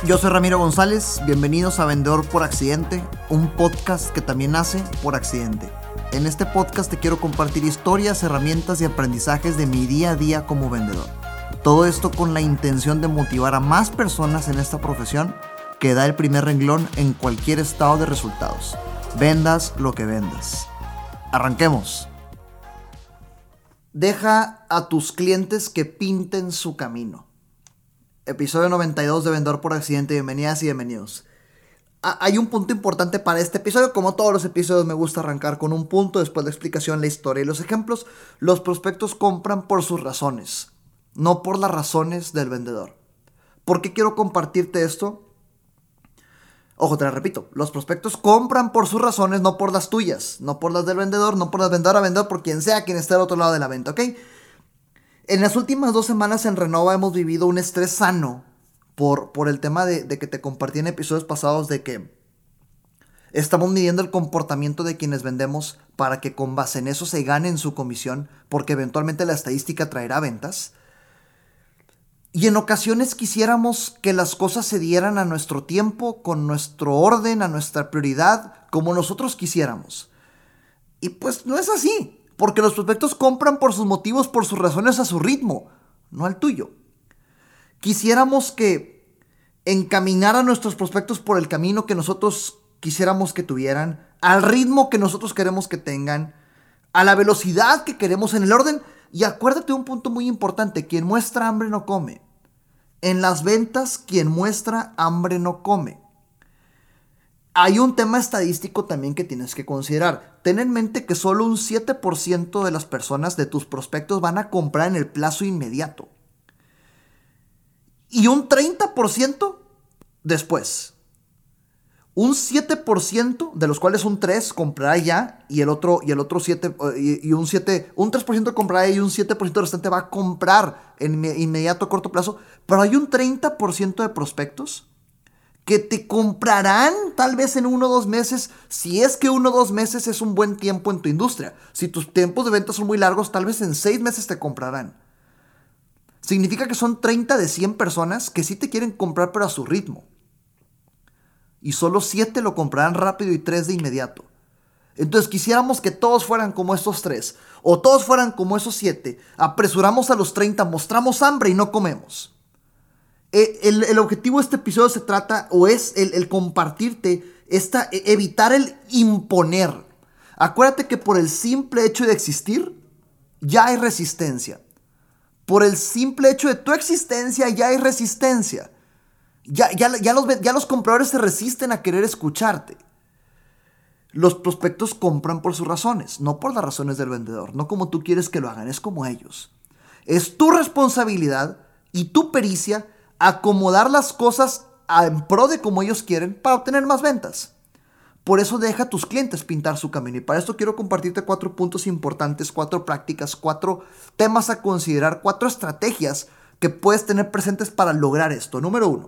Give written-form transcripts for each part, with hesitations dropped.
Yo soy Ramiro González, bienvenidos a Vendedor por Accidente, un podcast que también nace por accidente. En este podcast te quiero compartir historias, herramientas y aprendizajes de mi día a día como vendedor. Todo esto con la intención de motivar a más personas en esta profesión que da el primer renglón en cualquier estado de resultados. Vendas lo que vendas. Arranquemos. Deja a tus clientes que pinten su camino. Episodio 92 de Vendedor por Accidente. Bienvenidas y bienvenidos. Hay un punto importante para este episodio. Como todos los episodios, me gusta arrancar con un punto, después la explicación, la historia y los ejemplos. Los prospectos compran por sus razones, no por las razones del vendedor. ¿Por qué quiero compartirte esto? Ojo, te la repito. Los prospectos compran por sus razones, no por las tuyas. No por las del vendedor, no por las vendedor a vendedor, por quien sea quien esté al otro lado de la venta, ¿ok? En las últimas 2 semanas en Renova hemos vivido un estrés sano por el tema de que te compartí en episodios pasados de que estamos midiendo el comportamiento de quienes vendemos para que con base en eso se ganen su comisión, porque eventualmente la estadística traerá ventas. Y en ocasiones quisiéramos que las cosas se dieran a nuestro tiempo, con nuestro orden, a nuestra prioridad, como nosotros quisiéramos. Y pues no es así. Porque los prospectos compran por sus motivos, por sus razones, a su ritmo, no al tuyo. Quisiéramos que encaminar a nuestros prospectos por el camino que nosotros quisiéramos que tuvieran, al ritmo que nosotros queremos que tengan, a la velocidad que queremos, en el orden. Y acuérdate de un punto muy importante: quien muestra hambre no come. En las ventas, quien muestra hambre no come. Hay un tema estadístico también que tienes que considerar. Ten en mente que solo un 7% de las personas de tus prospectos van a comprar en el plazo inmediato. Y un 30% después. Un 7%, de los cuales un 3% comprará ya, y el otro 7, un 3% comprará y un 7% restante va a comprar en inmediato a corto plazo. Pero hay un 30% de prospectos que te comprarán tal vez en 1 o 2 meses, si es que 1 o 2 meses es un buen tiempo en tu industria. Si tus tiempos de venta son muy largos, tal vez en 6 meses te comprarán. Significa que son 30 de 100 personas que sí te quieren comprar, pero a su ritmo. Y solo 7 lo comprarán rápido y 3 de inmediato. Entonces quisiéramos que todos fueran como estos 3, o todos fueran como esos 7. Apresuramos a los 30, mostramos hambre y no comemos. El objetivo de este episodio se trata, o es el compartirte, evitar el imponer. Acuérdate que por el simple hecho de existir, ya hay resistencia. Por el simple hecho de tu existencia, ya hay resistencia. Ya los compradores se resisten a querer escucharte. Los prospectos compran por sus razones, no por las razones del vendedor. No como tú quieres que lo hagan, es como ellos. Es tu responsabilidad y tu pericia acomodar las cosas en pro de como ellos quieren para obtener más ventas. Por eso deja a tus clientes pintar su camino. Y para esto quiero compartirte 4 puntos importantes, 4 prácticas, 4 temas a considerar, 4 estrategias que puedes tener presentes para lograr esto. Número 1.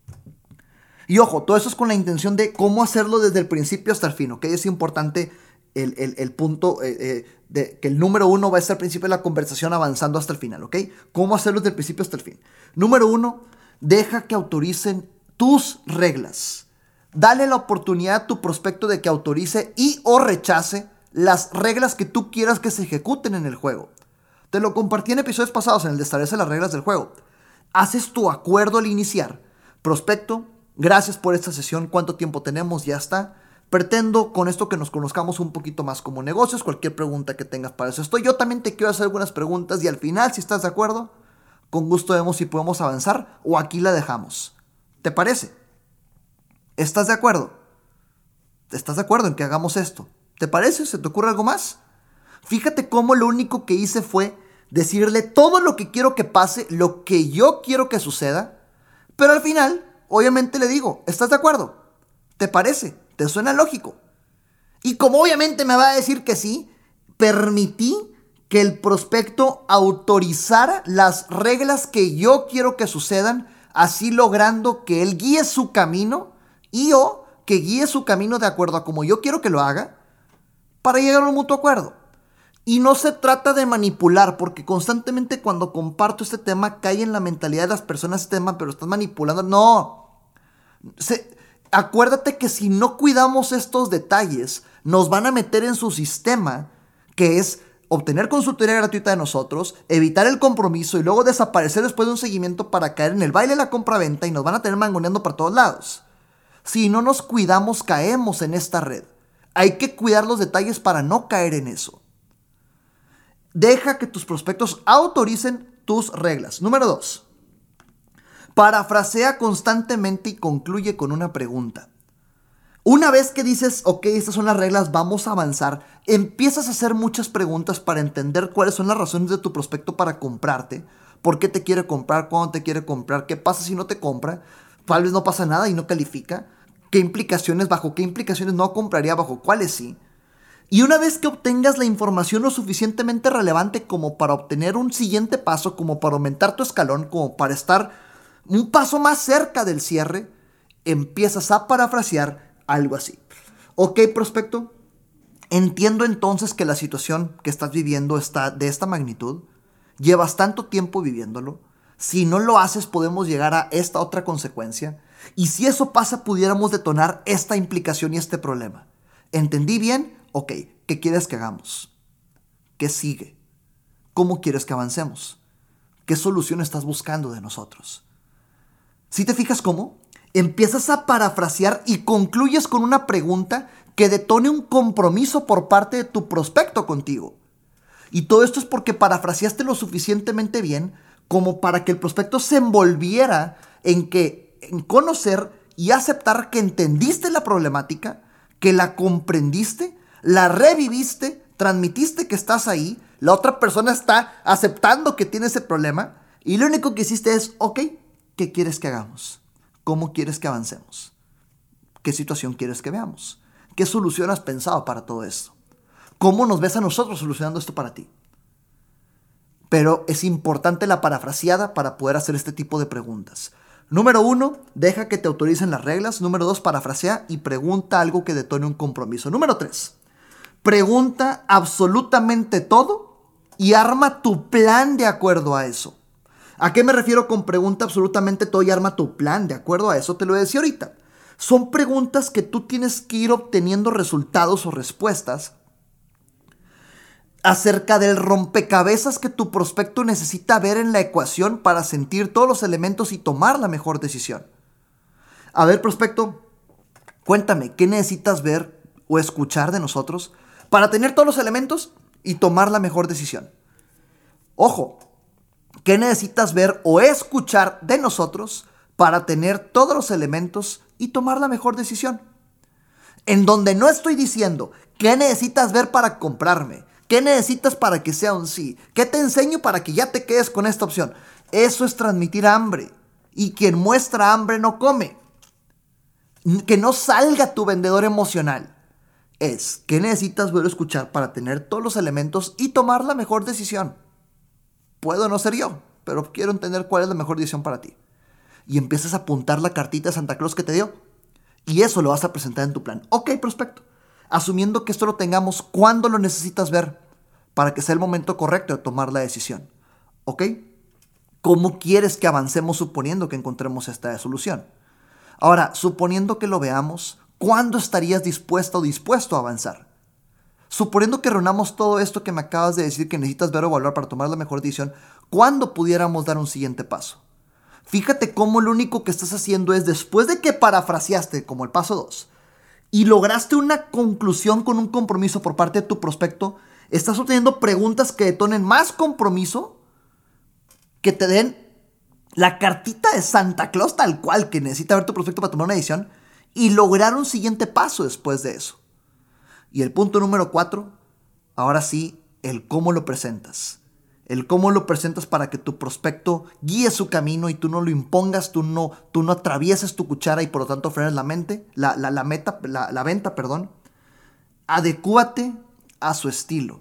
Y ojo, todo eso es con la intención de cómo hacerlo desde el principio hasta el fin, ¿ok? Es importante el punto de que el número 1 va a ser al principio de la conversación avanzando hasta el final, ¿ok? ¿Cómo hacerlo desde el principio hasta el fin? Número 1, deja que autoricen tus reglas. Dale la oportunidad a tu prospecto de que autorice y o rechace las reglas que tú quieras que se ejecuten en el juego. Te lo compartí en episodios pasados, en el de establece las reglas del juego. Haces tu acuerdo al iniciar. Prospecto, gracias por esta sesión. ¿Cuánto tiempo tenemos? Ya está. Pretendo con esto que nos conozcamos un poquito más como negocios. Cualquier pregunta que tengas para eso estoy. Yo también te quiero hacer algunas preguntas y al final, si estás de acuerdo, con gusto vemos si podemos avanzar o aquí la dejamos. ¿Te parece? ¿Estás de acuerdo? ¿Estás de acuerdo en que hagamos esto? ¿Te parece? ¿Se te ocurre algo más? Fíjate cómo lo único que hice fue decirle todo lo que quiero que pase, lo que yo quiero que suceda, pero al final, obviamente le digo, ¿estás de acuerdo? ¿Te parece? ¿Te suena lógico? Y como obviamente me va a decir que sí, permití que el prospecto autorizara las reglas que yo quiero que sucedan, así logrando que él guíe su camino y o que guíe su camino de acuerdo a como yo quiero que lo haga para llegar a un mutuo acuerdo. Y no se trata de manipular, porque constantemente cuando comparto este tema cae en la mentalidad de las personas este tema, pero estás manipulando. No, Acuérdate que si no cuidamos estos detalles, nos van a meter en su sistema, que es obtener consultoría gratuita de nosotros, evitar el compromiso y luego desaparecer después de un seguimiento para caer en el baile de la compraventa y nos van a tener mangoneando por todos lados. Si no nos cuidamos, caemos en esta red. Hay que cuidar los detalles para no caer en eso. Deja que tus prospectos autoricen tus reglas. Número 2. Parafrasea constantemente y concluye con una pregunta. Una vez que dices, ok, estas son las reglas, vamos a avanzar, empiezas a hacer muchas preguntas para entender cuáles son las razones de tu prospecto para comprarte, por qué te quiere comprar, cuándo te quiere comprar, qué pasa si no te compra, tal vez no pasa nada y no califica, bajo qué implicaciones no compraría, bajo cuáles sí. Y una vez que obtengas la información lo suficientemente relevante como para obtener un siguiente paso, como para aumentar tu escalón, como para estar un paso más cerca del cierre, empiezas a parafrasear algo así. Ok, prospecto, entiendo entonces que la situación que estás viviendo está de esta magnitud. Llevas tanto tiempo viviéndolo. Si no lo haces, podemos llegar a esta otra consecuencia. Y si eso pasa, pudiéramos detonar esta implicación y este problema. ¿Entendí bien? Ok, ¿qué quieres que hagamos? ¿Qué sigue? ¿Cómo quieres que avancemos? ¿Qué solución estás buscando de nosotros? ¿Sí te fijas cómo? Empiezas a parafrasear y concluyes con una pregunta que detone un compromiso por parte de tu prospecto contigo. Y todo esto es porque parafraseaste lo suficientemente bien como para que el prospecto se envolviera en conocer y aceptar que entendiste la problemática, que la comprendiste, la reviviste, transmitiste que estás ahí, la otra persona está aceptando que tiene ese problema y lo único que hiciste es, ok, ¿qué quieres que hagamos? ¿Cómo quieres que avancemos? ¿Qué situación quieres que veamos? ¿Qué solución has pensado para todo esto? ¿Cómo nos ves a nosotros solucionando esto para ti? Pero es importante la parafraseada para poder hacer este tipo de preguntas. Número 1, deja que te autoricen las reglas. Número 2, parafrasea y pregunta algo que detone un compromiso. Número 3, pregunta absolutamente todo y arma tu plan de acuerdo a eso. ¿A qué me refiero con pregunta absolutamente todo y arma tu plan de acuerdo a eso? Te lo decía ahorita. Son preguntas que tú tienes que ir obteniendo resultados o respuestas acerca del rompecabezas que tu prospecto necesita ver en la ecuación para sentir todos los elementos y tomar la mejor decisión. A ver, prospecto, cuéntame, ¿qué necesitas ver o escuchar de nosotros para tener todos los elementos y tomar la mejor decisión? Ojo, ¿qué necesitas ver o escuchar de nosotros para tener todos los elementos y tomar la mejor decisión? En donde no estoy diciendo qué necesitas ver para comprarme, qué necesitas para que sea un sí, qué te enseño para que ya te quedes con esta opción. Eso es transmitir hambre. Y quien muestra hambre no come. Que no salga tu vendedor emocional. Es qué necesitas ver o escuchar para tener todos los elementos y tomar la mejor decisión. Puedo no ser yo, pero quiero entender cuál es la mejor decisión para ti. Y empiezas a apuntar la cartita de Santa Claus que te dio. Y eso lo vas a presentar en tu plan. Ok, prospecto. Asumiendo que esto lo tengamos, ¿cuándo lo necesitas ver? Para que sea el momento correcto de tomar la decisión. ¿Ok? ¿Cómo quieres que avancemos suponiendo que encontremos esta solución? Ahora, suponiendo que lo veamos, ¿cuándo estarías dispuesto o dispuesto a avanzar? Suponiendo que reunamos todo esto que me acabas de decir que necesitas ver o evaluar para tomar la mejor decisión, ¿cuándo pudiéramos dar un siguiente paso? Fíjate cómo lo único que estás haciendo es, después de que parafraseaste como el paso 2 y lograste una conclusión con un compromiso por parte de tu prospecto, estás obteniendo preguntas que detonen más compromiso, que te den la cartita de Santa Claus tal cual que necesita ver tu prospecto para tomar una decisión y lograr un siguiente paso después de eso. Y el punto número 4, ahora sí, el cómo lo presentas. El cómo lo presentas para que tu prospecto guíe su camino y tú no lo impongas, tú no atravieses tu cuchara y por lo tanto frenes la venta. Adecúate a su estilo.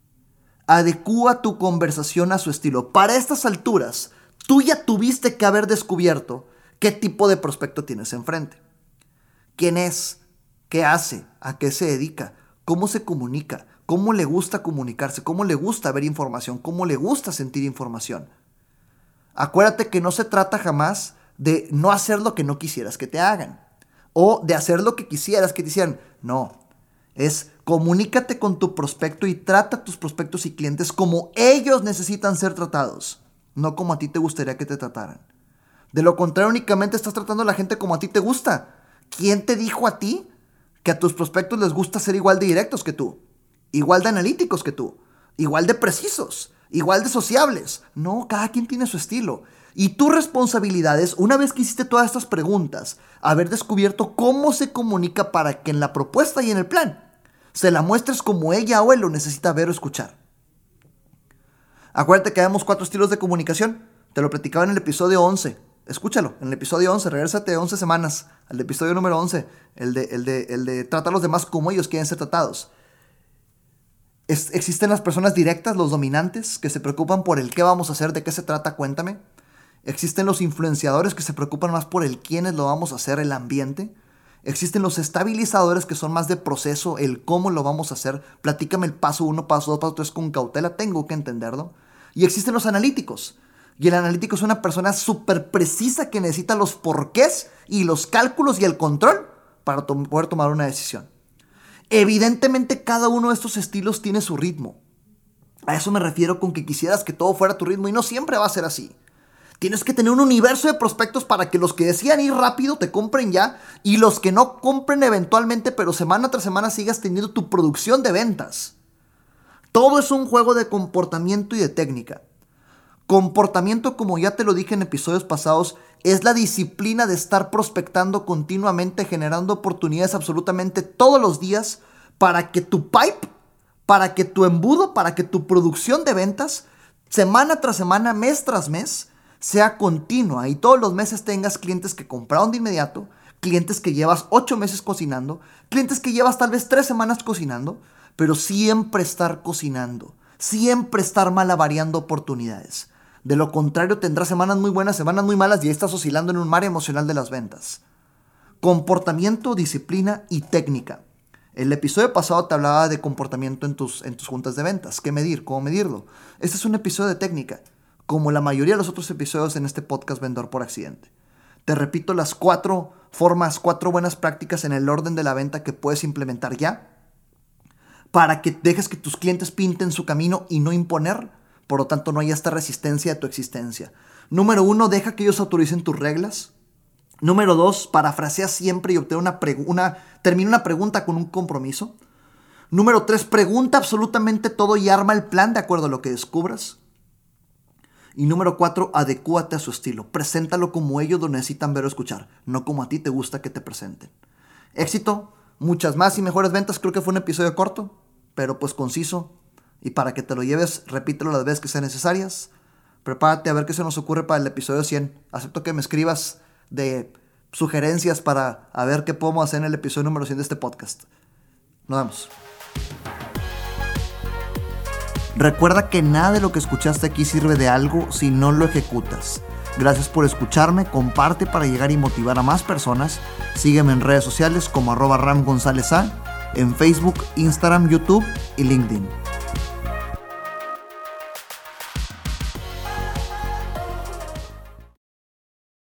Adecúa tu conversación a su estilo. Para estas alturas, tú ya tuviste que haber descubierto qué tipo de prospecto tienes enfrente. ¿Quién es? ¿Qué hace? ¿A qué se dedica? ¿Cómo se comunica? ¿Cómo le gusta comunicarse? ¿Cómo le gusta ver información? ¿Cómo le gusta sentir información? Acuérdate que no se trata jamás de no hacer lo que no quisieras que te hagan. O de hacer lo que quisieras que te hicieran. No. Es comunícate con tu prospecto y trata a tus prospectos y clientes como ellos necesitan ser tratados. No como a ti te gustaría que te trataran. De lo contrario, únicamente estás tratando a la gente como a ti te gusta. ¿Quién te dijo a ti que a tus prospectos les gusta ser igual de directos que tú? Igual de analíticos que tú. Igual de precisos. Igual de sociables. No, cada quien tiene su estilo. Y tu responsabilidad es, una vez que hiciste todas estas preguntas, haber descubierto cómo se comunica para que en la propuesta y en el plan se la muestres como ella o él lo necesita ver o escuchar. Acuérdate que vemos 4 estilos de comunicación. Te lo platicaba en el episodio 11. Escúchalo, en el episodio 11, regrésate 11 semanas al episodio número 11, el de tratar a los demás como ellos quieren ser tratados. Existen las personas directas, los dominantes, que se preocupan por el qué vamos a hacer, de qué se trata, cuéntame. Existen los influenciadores que se preocupan más por el quiénes lo vamos a hacer, el ambiente. Existen los estabilizadores que son más de proceso, el cómo lo vamos a hacer. Platícame el paso 1, paso 2, paso 3 con cautela, tengo que entenderlo. Y existen los analíticos. Y el analítico es una persona súper precisa que necesita los porqués y los cálculos y el control para poder tomar una decisión. Evidentemente cada uno de estos estilos tiene su ritmo. A eso me refiero con que quisieras que todo fuera a tu ritmo y no siempre va a ser así. Tienes que tener un universo de prospectos para que los que decían ir rápido te compren ya y los que no compren eventualmente, pero semana tras semana sigas teniendo tu producción de ventas. Todo es un juego de comportamiento y de técnica. Comportamiento, como ya te lo dije en episodios pasados, es la disciplina de estar prospectando continuamente, generando oportunidades absolutamente todos los días para que tu pipe, para que tu embudo, para que tu producción de ventas, semana tras semana, mes tras mes, sea continua y todos los meses tengas clientes que compraron de inmediato, clientes que llevas 8 meses cocinando, clientes que llevas tal vez 3 semanas cocinando, pero siempre estar cocinando, siempre estar malavariando oportunidades. De lo contrario, tendrás semanas muy buenas, semanas muy malas y ahí estás oscilando en un mar emocional de las ventas. Comportamiento, disciplina y técnica. El episodio pasado te hablaba de comportamiento en tus juntas de ventas. ¿Qué medir? ¿Cómo medirlo? Este es un episodio de técnica, como la mayoría de los otros episodios en este podcast Vendedor por Accidente. Te repito las 4 formas, 4 buenas prácticas en el orden de la venta que puedes implementar ya para que dejes que tus clientes pinten su camino y no imponer. Por lo tanto, no haya esta resistencia de tu existencia. Número 1, deja que ellos autoricen tus reglas. Número 2, parafrasea siempre y obtén termina una pregunta con un compromiso. Número 3, pregunta absolutamente todo y arma el plan de acuerdo a lo que descubras. Y número 4, adecúate a su estilo. Preséntalo como ellos lo necesitan ver o escuchar, no como a ti te gusta que te presenten. Éxito, muchas más y mejores ventas. Creo que fue un episodio corto, pero pues conciso. Y para que te lo lleves, repítelo las veces que sean necesarias. Prepárate a ver qué se nos ocurre para el episodio 100. Acepto que me escribas de sugerencias para a ver qué podemos hacer en el episodio número 100 de este podcast. Nos vemos. Recuerda que nada de lo que escuchaste aquí sirve de algo si no lo ejecutas. Gracias por escucharme, comparte para llegar y motivar a más personas. Sígueme en redes sociales como @ramgonzaleza, en Facebook, Instagram, YouTube y LinkedIn.